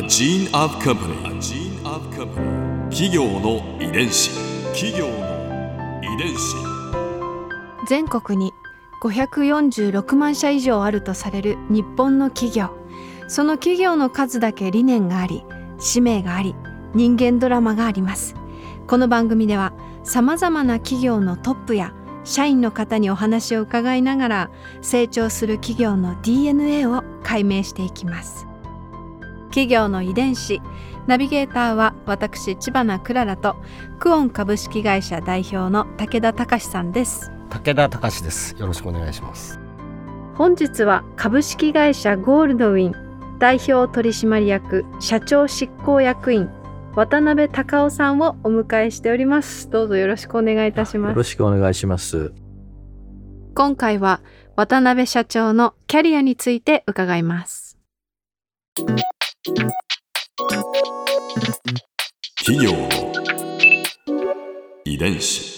gene of company. A gene of company. 企業の遺伝子。企業の遺伝子。 全国に546万社以上あるとされる日本の企業。その企業の数だけ理念があり、使命があり、人間ドラマがあります。この番組ではさまざまな企業のトップや社員の方にお話を伺いながら、成長する企業の DNA を解明していきます。企業の遺伝子、ナビゲーターは私知花くららと、クオン株式会社代表の武田隆さんです。 武田隆です。よろしくお願いします。 本日は株式会社ゴールドウィン代表取締役社長執行役員渡辺隆夫さんをお迎えしております。どうぞよろしくお願いいたします。 よろしくお願いします。 今回は渡辺社長のキャリアについて伺います。 企業の遺伝子。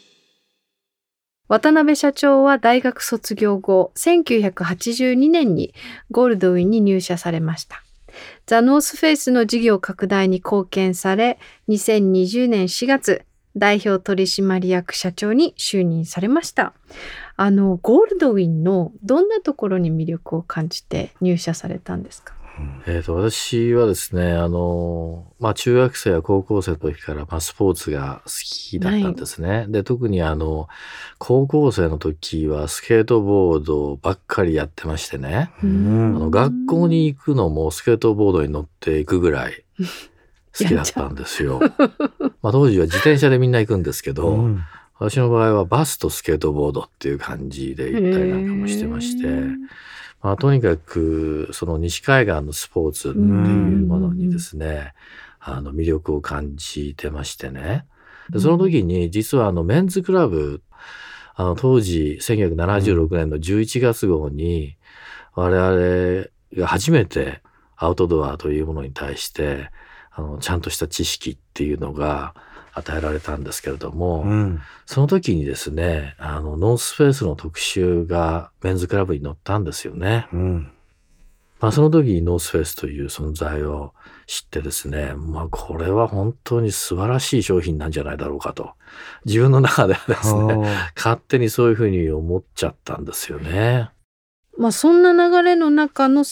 渡辺社長は大学卒業後、1982年にゴールドウィンに入社されました。ザ・ノースフェイスの事業拡大に貢献され、2020年4月、代表取締役社長に就任されました。ゴールドウィンのどんなところに魅力を感じて入社されたんですか？ 私はですね、中学生や高校生の時から、スポーツが好きだったんですね。で、特に高校生の時はスケートボードばっかりやってましてね、学校に行くのもスケートボードに乗っていくぐらい好きだったんですよ。当時は自転車でみんな行くんですけど、私の場合はバスとスケートボードっていう感じで行ったりなんかもしてまして、とにかくその西海岸のスポーツっていうものにですね、魅力を感じてましてね。でその時に実はメンズクラブ、当時1976年の11月号に我々が初めてアウトドアというものに対してちゃんとした知識っていうのが与えられたんですけれども、その時にですね、ノースフェイスの特集がメンズクラブに載ったんですよね。その時にノースフェイスという存在を知ってですね、これは本当に素晴らしい商品なんじゃないだろうかと、自分の中ではですね、勝手にそういうふうに思っちゃったんですよね。 そんな流れの中の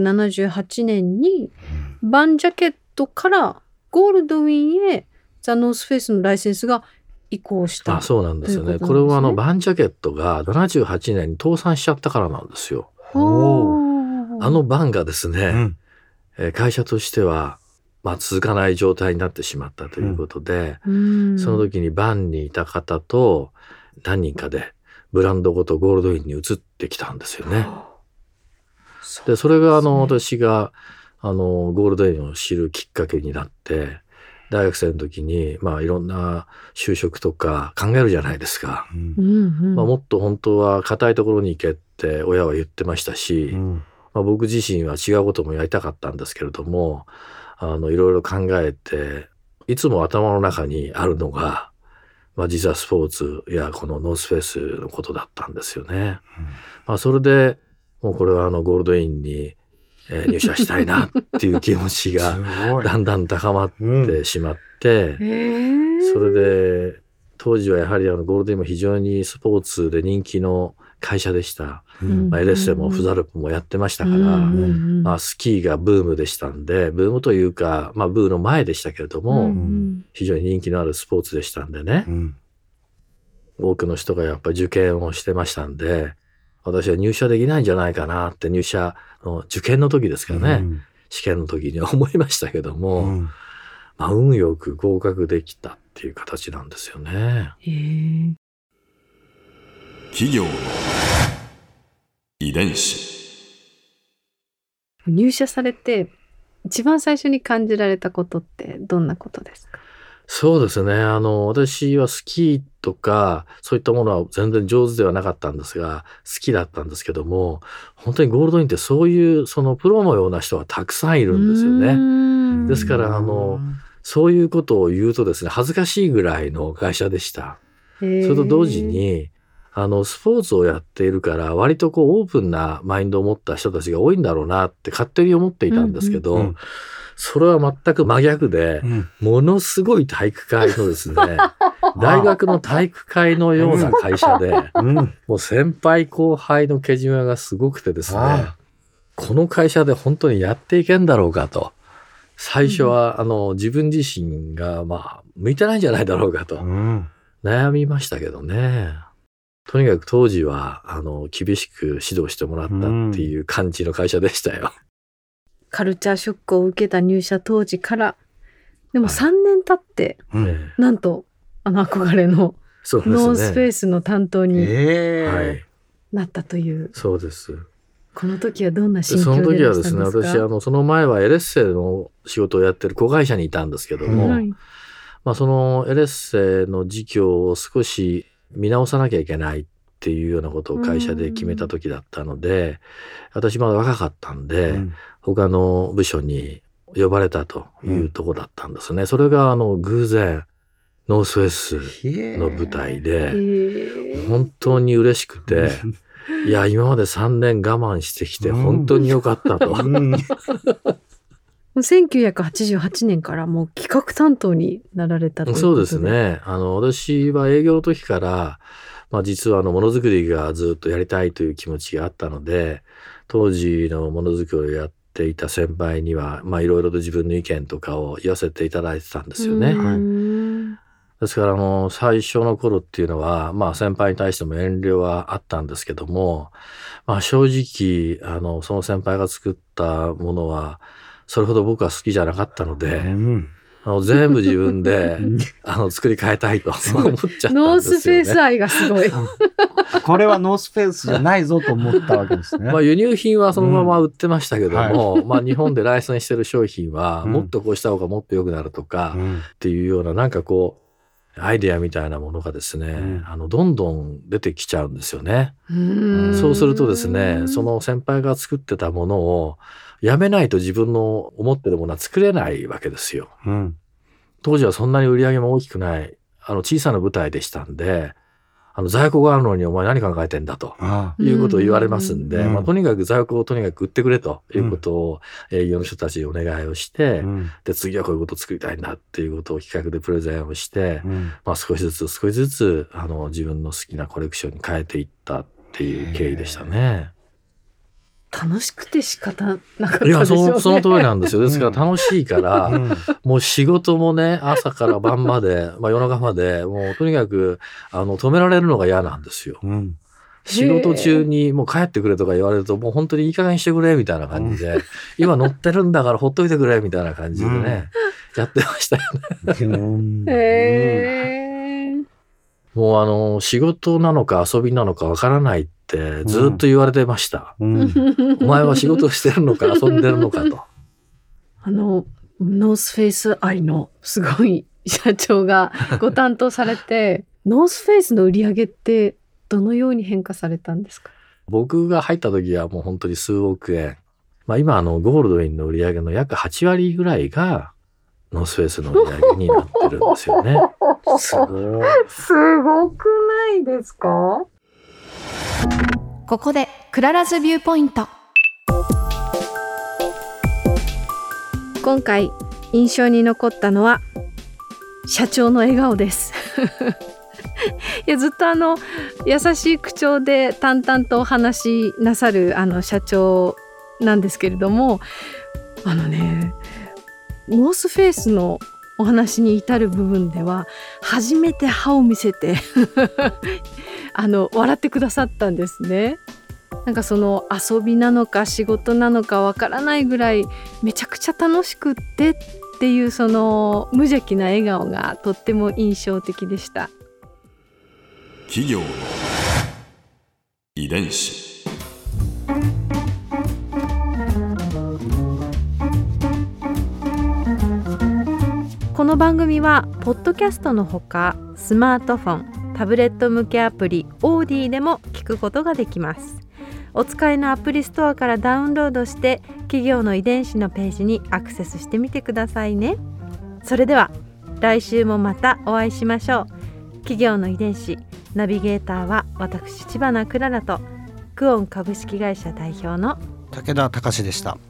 1978年に、バンジャケットからゴールドウィンへザ・ノースフェイスのライセンスが移行した。 そうなんですよね。これはバンジャケットが78年に倒産しちゃったからなんですよ。バンがですね、会社としては、続かない状態になってしまったということで、その時にバンにいた方と何人かでブランドごとゴールドウィンに移ってきたんですよね。でそれが私がゴールドウィンを知るきっかけになって、大学生の時にいろんな就職とか考えるじゃないですか。もっと本当は固いところに行けって親は言ってましたし、僕自身は違うこともやりたかったんですけれども、いろいろ考えて、いつも頭の中にあるのが、実はスポーツやこのノースフェイスのことだったんですよね。それでもうこれはゴールドウィンに入社したいなっていう気持ちがだんだん高まってしまって、それで当時はやはりゴールドウィンも非常にスポーツで人気の会社でした。エレッセもフザルプもやってましたから、スキーがブームでしたんで、ブームというか、ブームの前でしたけれども、非常に人気のあるスポーツでしたんでね、多くの人がやっぱり受験をしてましたんで、私は入社できないんじゃないかなって入社の受験の時ですからね、試験の時に思いましたけども、運よく合格できたっていう形なんですよね。 企業の遺伝子。 入社されて一番最初に感じられたことってどんなことですか？ そうですね。私はスキーとかそういったものは全然上手ではなかったんですが、好きだったんですけども、本当にゴールドウィンってそういうそのプロのような人がたくさんいるんですよね。ですからそういうことを言うとですね、恥ずかしいぐらいの会社でした。それと同時にスポーツをやっているから割とオープンなマインドを持った人たちが多いんだろうなって勝手に思っていたんですけど、 それは全く真逆で、ものすごい体育会のですね、大学の体育会のような会社で、もう先輩後輩のけじめがすごくてですね、この会社で本当にやっていけんだろうかと。最初は自分自身が向いてないんじゃないだろうかと悩みましたけどね。とにかく当時は厳しく指導してもらったっていう感じの会社でしたよ。 カルチャーショックを受けた入社当時からでも3年経って、なんと憧れのノースフェイスの担当になったという。 そうです。 この時はどんな心境でいらしたんですか？ その時はですね、私その前はエレッセの仕事をやってる子会社にいたんですけども、そのエレッセの事業を少し見直さなきゃいけないっていうようなことを会社で決めた時だったので、私まだ若かったんで、他の部署に呼ばれたというところだったんですね。それが偶然ノースフェイスの舞台で本当に嬉しくて、いや今まで3年我慢してきて本当に良かったと。 1988年からもう企画担当になられたということで。 そうですね。私は営業の時から、実はものづくりがずっとやりたいという気持ちがあったので、当時のものづくりをやっていた先輩にはいろいろと自分の意見とかを言わせていただいてたんですよね。ですから最初の頃っていうのは、先輩に対しても遠慮はあったんですけども、正直その先輩が作ったものはそれほど僕は好きじゃなかったので、全部自分で作り変えたいと思っちゃったんですよね。 ノースフェイス愛がすごい。 これはノースフェイスじゃないぞと思ったわけですね。 輸入品はそのまま売ってましたけども、日本でライセンスしてる商品はもっとこうした方がもっと良くなるとかっていうようなアイデアみたいなものがですね、どんどん出てきちゃうんですよね。そうするとですね、その先輩が作ってたものをやめないと自分の思ってるものは作れないわけですよ。当時はそんなに売り上げも大きくない小さな舞台でしたんで、在庫があるのにお前何考えてんだということを言われますんで、とにかく在庫をとにかく売ってくれということを営業の人たちにお願いをして、で次はこういうことを作りたいんだっていうことを企画でプレゼンをして、少しずつ自分の好きなコレクションに変えていったっていう経緯でしたね。 楽しくて仕方なかったでしょうね。 いや、その通りなんですよ。ですから楽しいから、もう仕事もね、朝から晩まで、夜中まで、もうとにかく、止められるのが嫌なんですよ。仕事中にもう帰ってくれとか言われると、もう本当にいい加減にしてくれ、みたいな感じで、今乗ってるんだからほっといてくれ、みたいな感じでね、やってましたよね。もう仕事なのか遊びなのかわからないってずっと言われてました。お前は仕事してるのか遊んでるのかと。 ノースフェイス愛のすごい社長がご担当されて、ノースフェイスの売り上げってどのように変化されたんですか？ 僕が入った時はもう本当に数億円。今ゴールドウィンの売り上げの約8割ぐらいがノースフェイスの売り上げになってるんですよね。 すごくないですか？ここでクララズビューポイント。今回印象に残ったのは社長の笑顔ですいやずっと優しい口調で淡々とお話しなさる社長なんですけれども、ノースフェイスのお話に至る部分では初めて歯を見せて笑ってくださったんですね。その遊びなのか仕事なのかわからないぐらいめちゃくちゃ楽しくってっていうその無邪気な笑顔がとっても印象的でした。 企業の遺伝子。 この番組はポッドキャストのほかスマートフォン、タブレット向けアプリオーディでも聞くことができます。お使いのアプリストアからダウンロードして企業の遺伝子のページにアクセスしてみてくださいね。それでは来週もまたお会いしましょう。企業の遺伝子ナビゲーターは私知花くららとクオン株式会社代表の武田隆でした。